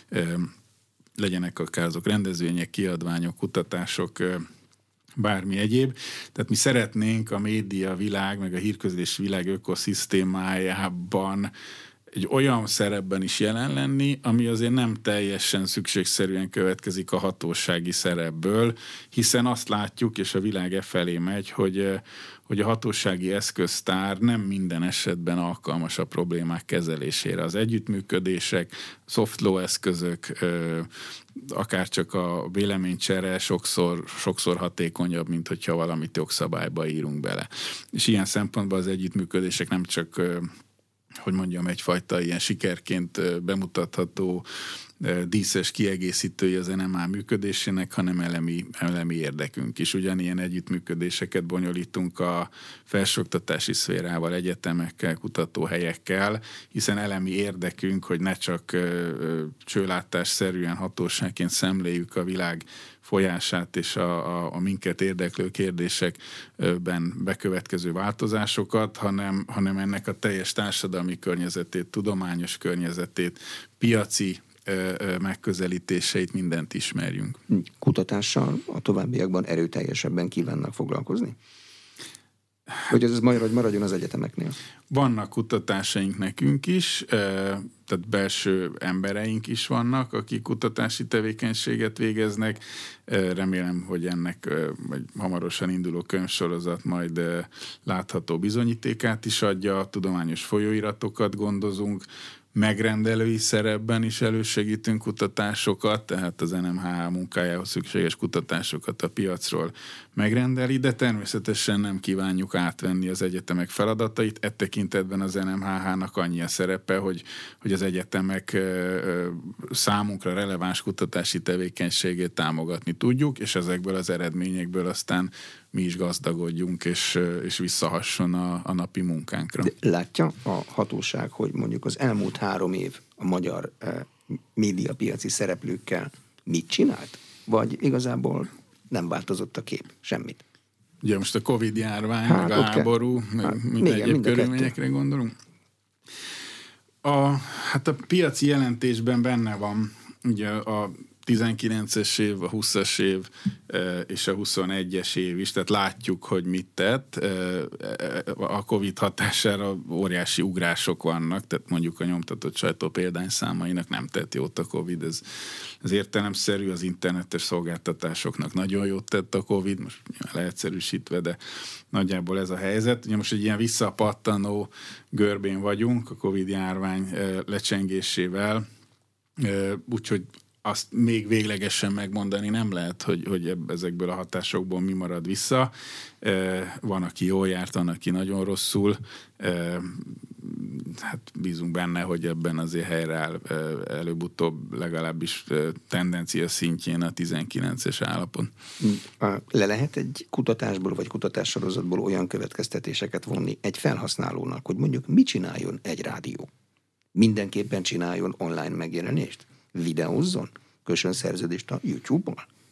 legyenek akár azok rendezvények, kiadványok, kutatások, bármi egyéb. Tehát mi szeretnénk a média világ, meg a hírközlés világ ökoszisztémájában egy olyan szerepben is jelen lenni, ami azért nem teljesen szükségszerűen következik a hatósági szerepből, hiszen azt látjuk, és a világ e felé megy, hogy, hogy a hatósági eszköztár nem minden esetben alkalmas a problémák kezelésére. Az együttműködések, soft law eszközök, akár csak a véleménycsere sokszor, sokszor hatékonyabb, mint hogyha valamit jogszabályba írunk bele. És ilyen szempontból az együttműködések nem csak hogy mondjam, egyfajta ilyen sikerként bemutatható díszes kiegészítői az en em á működésének, hanem elemi, elemi érdekünk is. Ugyanilyen együttműködéseket bonyolítunk a felsőoktatási szférával, egyetemekkel, kutatóhelyekkel, hiszen elemi érdekünk, hogy ne csak csőlátásszerűen hatóságként szemléljük a világ folyását és a, a, a minket érdeklő kérdésekben bekövetkező változásokat, hanem, hanem ennek a teljes társadalmi környezetét, tudományos környezetét, piaci megközelítéseit, mindent ismerjünk. Kutatással a továbbiakban erőteljesebben kívánnak foglalkozni? Hogy ez majd maradjon az egyetemeknél? Vannak kutatásaink nekünk is, tehát belső embereink is vannak, akik kutatási tevékenységet végeznek. Remélem, hogy ennek vagy hamarosan induló könyvsorozat majd látható bizonyítékát is adja, tudományos folyóiratokat gondozunk, megrendelői szerepben is elősegítünk kutatásokat, tehát az en em há há munkájához szükséges kutatásokat a piacról megrendeli, de természetesen nem kívánjuk átvenni az egyetemek feladatait. E tekintetben az en em há há-nak annyi a szerepe, hogy, hogy az egyetemek számunkra releváns kutatási tevékenységét támogatni tudjuk, és ezekből az eredményekből aztán mi is gazdagodjunk, és, és visszahasson a, a napi munkánkra. De látja a hatóság, hogy mondjuk az elmúlt három év a magyar eh, médiapiaci szereplőkkel mit csinált? Vagy igazából nem változott a kép? Semmit? Ugye most a Covid-járvány, hát, meg a háború, meg hát, mind egyéb körülményekre gondolunk. A, hát a piaci jelentésben benne van ugye a tizenkilences év, a húszas év és a huszonegyes év is, tehát látjuk, hogy mit tett. A Covid hatására óriási ugrások vannak, tehát mondjuk a nyomtatott sajtó példányszámainak nem tett jót a Covid, ez, ez értelemszerű, az internetes szolgáltatásoknak nagyon jót tett a Covid, most leegyszerűsítve, de nagyjából ez a helyzet. Ugye most egy ilyen visszapattanó görbén vagyunk a Covid-járvány lecsengésével, úgyhogy azt még véglegesen megmondani nem lehet, hogy, hogy ezekből a hatásokból mi marad vissza. Van, aki jól járt, van, aki nagyon rosszul. Hát bízunk benne, hogy ebben azért helyreáll előbb-utóbb legalábbis tendencia szintjén a tizenkilences állapot. Le lehet egy kutatásból vagy kutatássorozatból olyan következtetéseket vonni egy felhasználónak, hogy mondjuk mit csináljon egy rádió? Mindenképpen csináljon online megjelenést? Videózzon? Kössön szerződést a YouTube-on?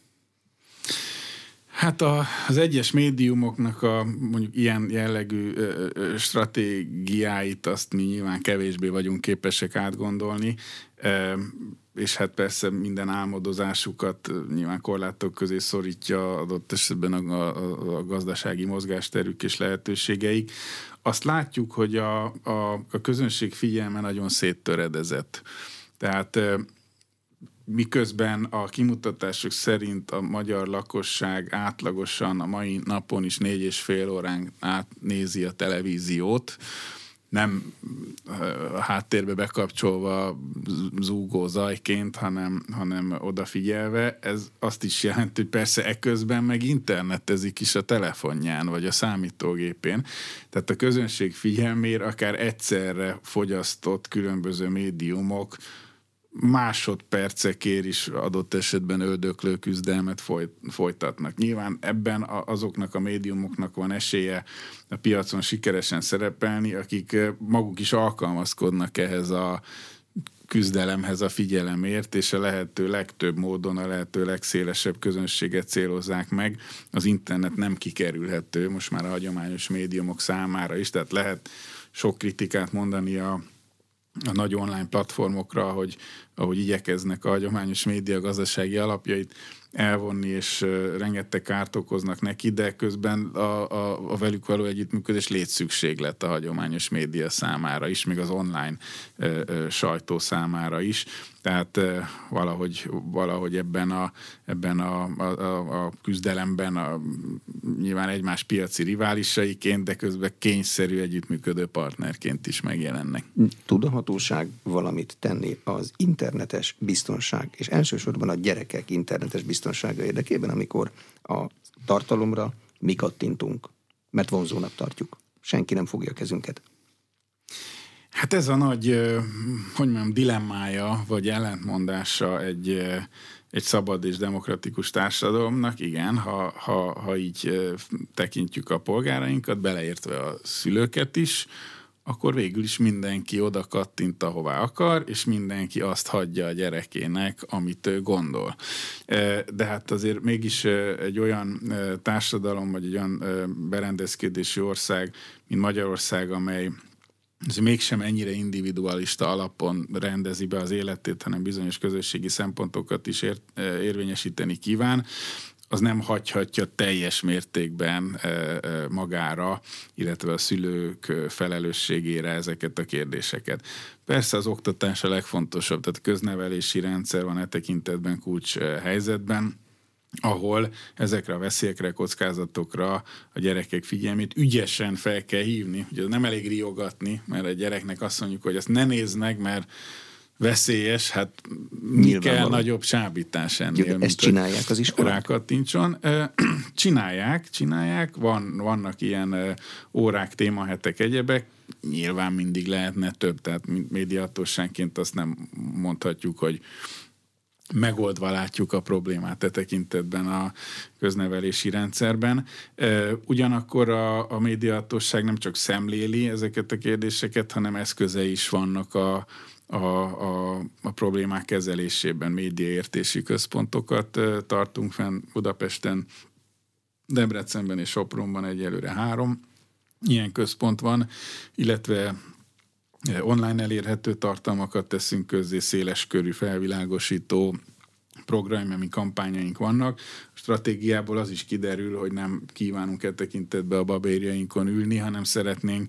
Hát a, az egyes médiumoknak a mondjuk ilyen jellegű ö, ö, stratégiáit azt mi nyilván kevésbé vagyunk képesek átgondolni, ö, és hát persze minden álmodozásukat nyilván korlátok közé szorítja adott esetben a, a, a gazdasági mozgásterük és lehetőségeik. Azt látjuk, hogy a, a, a közönség figyelme nagyon széttöredezett. Tehát miközben a kimutatások szerint a magyar lakosság átlagosan a mai napon is négy és fél órán át nézi a televíziót, nem a háttérbe bekapcsolva zúgó zajként, hanem, hanem odafigyelve. Ez azt is jelenti, hogy persze eközben meg internetezik is a telefonján, vagy a számítógépén. Tehát a közönség figyelmére akár egyszerre fogyasztott különböző médiumok másodpercekért is adott esetben öldöklő küzdelmet folytatnak. Nyilván ebben azoknak a médiumoknak van esélye a piacon sikeresen szerepelni, akik maguk is alkalmazkodnak ehhez a küzdelemhez a figyelemért, és a lehető legtöbb módon a lehető legszélesebb közönséget célozzák meg. Az internet nem kikerülhető most már a hagyományos médiumok számára is, tehát lehet sok kritikát mondani a a nagy online platformokra, hogy, ahogy igyekeznek a hagyományos média gazdasági alapjait elvonni, és uh, rengeteg kárt okoznak neki, de közben a, a, a velük való együttműködés létszükséglet a hagyományos média számára is, még az online uh, uh, sajtó számára is. Tehát uh, valahogy, valahogy ebben a, ebben a, a, a küzdelemben a, nyilván egymás piaci riválisaiként, de közben kényszerű együttműködő partnerként is megjelennek. Tud a hatóság valamit tenni az internetes biztonság, és elsősorban a gyerekek internetes biztonsága érdekében, amikor a tartalomra mi kattintunk, mert vonzónak tartjuk. Senki nem fogja a kezünket. Hát ez a nagy, hogy mondjam, dilemmája, vagy ellentmondása egy, egy szabad és demokratikus társadalomnak, igen, ha, ha, ha így tekintjük a polgárainkat, beleértve a szülőket is, akkor végül is mindenki oda kattint, ahová akar, és mindenki azt hagyja a gyerekének, amit ő gondol. De hát azért mégis egy olyan társadalom, vagy egy olyan berendezkedési ország, mint Magyarország, amely ez mégsem ennyire individualista alapon rendezi be az életét, hanem bizonyos közösségi szempontokat is ér, érvényesíteni kíván. az nem hagyhatja teljes mértékben magára, illetve a szülők felelősségére ezeket a kérdéseket. Persze az oktatás a legfontosabb, tehát a köznevelési rendszer van e tekintetben kulcs helyzetben, ahol ezekre a veszélyekre, kockázatokra a gyerekek figyelmét ügyesen fel kell hívni. Ugye nem elég riogatni, mert a gyereknek azt mondjuk, hogy ezt ne nézd meg, mert veszélyes, hát mi kell nagyobb csábítás ennél. Jó, ezt csinálják az iskolák? Rákattincson. Csinálják, csinálják, Van, vannak ilyen órák, témahetek, egyebek, nyilván mindig lehetne több, tehát médiahatóságként azt nem mondhatjuk, hogy megoldva látjuk a problémát e tekintetben a köznevelési rendszerben. Ugyanakkor a, a médiahatóság nem csak szemléli ezeket a kérdéseket, hanem eszközei is vannak a, a, a, a problémák kezelésében. Médiaértési központokat tartunk fenn Budapesten, Debrecenben és Sopronban egyelőre három ilyen központ van, illetve online elérhető tartalmakat teszünk közzé, széles körű felvilágosító programjaink, kampányaink vannak. A stratégiából az is kiderül, hogy nem kívánunk e tekintetbe a babérjainkon ülni, hanem szeretnénk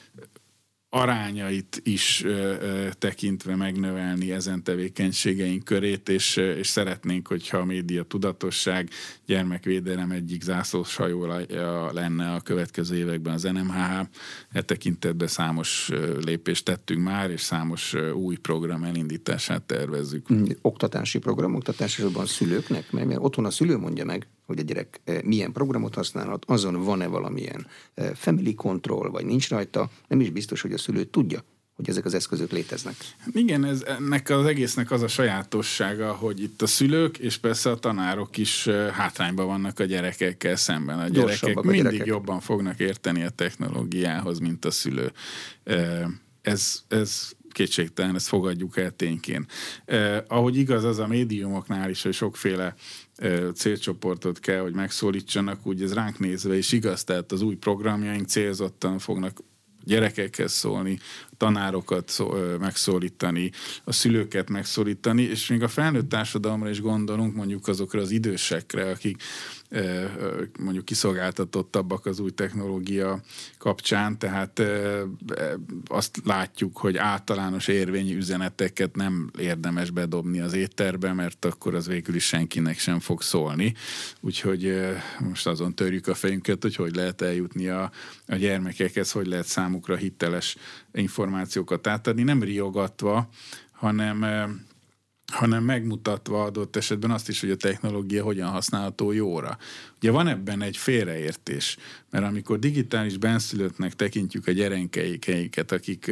arányait is ö, ö, tekintve megnövelni ezen tevékenységeink körét, és, és szeretnénk, hogyha a média tudatosság, gyermekvédelem egyik zászlóshajója lenne a következő években az en em há há. E tekintetben számos lépést tettünk már, és számos új program elindítását tervezzük. Oktatási program, oktatásban szülőknek? Mert, mert otthon a szülő mondja meg, hogy a gyerek milyen programot használhat, azon van-e valamilyen family control, vagy nincs rajta, nem is biztos, hogy a szülő tudja, hogy ezek az eszközök léteznek. Igen, ez, ennek az egésznek az a sajátossága, hogy itt a szülők és persze a tanárok is hátrányban vannak a gyerekekkel szemben. A gyerekek a mindig gyerekek. jobban fognak érteni a technológiához, mint a szülő. Ez, ez kétségtelen, ezt fogadjuk el tényként. Ahogy igaz az a médiumoknál is, hogy sokféle célcsoportot kell, hogy megszólítsanak, úgy ez ránk nézve is igaz, tehát az új programjaink célzottan fognak gyerekekhez szólni, tanárokat szó, megszólítani, a szülőket megszólítani, és még a felnőtt társadalomra is gondolunk, mondjuk azokra az idősekre, akik mondjuk kiszolgáltatottabbak az új technológia kapcsán, tehát azt látjuk, hogy általános érvényű üzeneteket nem érdemes bedobni az étterbe, mert akkor az végül is senkinek sem fog szólni. Úgyhogy most azon törjük a fejünket, hogy hogy lehet eljutni a, a gyermekekhez, hogy lehet számukra hiteles információkat átadni, nem riogatva, hanem hanem megmutatva adott esetben azt is, hogy a technológia hogyan használható jóra. Ugye van ebben egy félreértés, mert amikor digitális benszülöttnek tekintjük a gyerekeiket, akik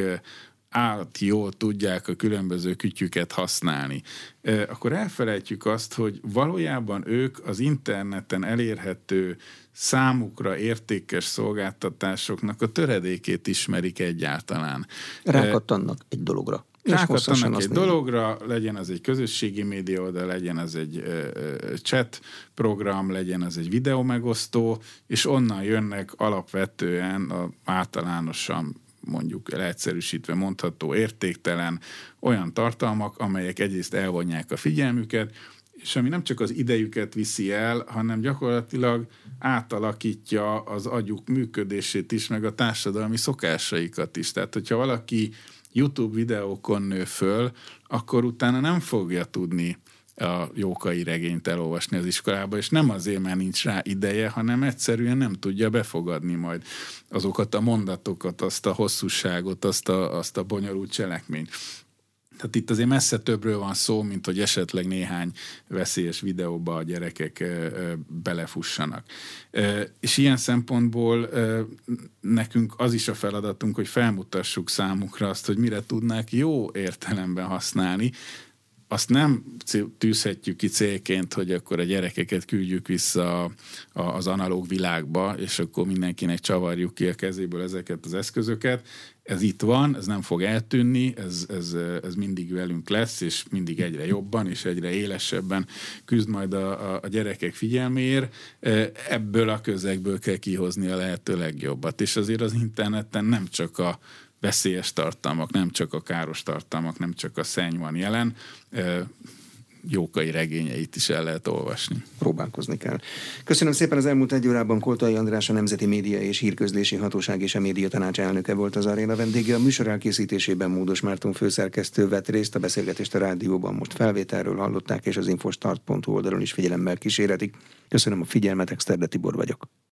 át jól tudják a különböző kütyüket használni, akkor elfelejtjük azt, hogy valójában ők az interneten elérhető számukra értékes szolgáltatásoknak a töredékét ismerik egyáltalán. Rákattannak egy dologra. Rákattannak egy dologra, legyen az egy közösségi média oldal, legyen az egy ö, chat program, legyen az egy videó megosztó, és onnan jönnek alapvetően a általánosan mondjuk leegyszerűsítve mondható értéktelen olyan tartalmak, amelyek egyrészt elvonják a figyelmüket, és ami nem csak az idejüket viszi el, hanem gyakorlatilag átalakítja az agyuk működését is, meg a társadalmi szokásaikat is. Tehát, hogyha valaki YouTube videókon nő föl, akkor utána nem fogja tudni a Jókai regényt elolvasni az iskolába, és nem azért, mert nincs rá ideje, hanem egyszerűen nem tudja befogadni majd azokat a mondatokat, azt a hosszúságot, azt a, azt a bonyolult cselekményt. Tehát itt azért messze többről van szó, mint hogy esetleg néhány veszélyes videóba a gyerekek belefussanak. És ilyen szempontból nekünk az is a feladatunk, hogy felmutassuk számukra azt, hogy mire tudnák jó értelemben használni. Azt nem tűzhetjük ki célként, hogy akkor a gyerekeket küldjük vissza az analóg világba, és akkor mindenkinek csavarjuk ki a kezéből ezeket az eszközöket. Ez itt van, ez nem fog eltűnni, ez, ez, ez mindig velünk lesz, és mindig egyre jobban, és egyre élesebben küzd majd a, a, a gyerekek figyelméért. Ebből a közegből kell kihozni a lehető legjobbat. És azért az interneten nem csak a veszélyes tartalmak, nem csak a káros tartalmak, nem csak a szenny van jelen. Jókai regényeit is el lehet olvasni. Próbálkozni kell. Köszönöm szépen, az elmúlt egy órában Koltai András, a Nemzeti Média és Hírközlési Hatóság és a Média Tanács elnöke volt az aréna vendége. A műsor elkészítésében Módos Márton főszerkesztő vett részt, a beszélgetést a rádióban most felvételről hallották, és az infostart pont hu oldalon is figyelemmel kísérhetik. Köszönöm a figyelmet, Exterde Tibor vagyok.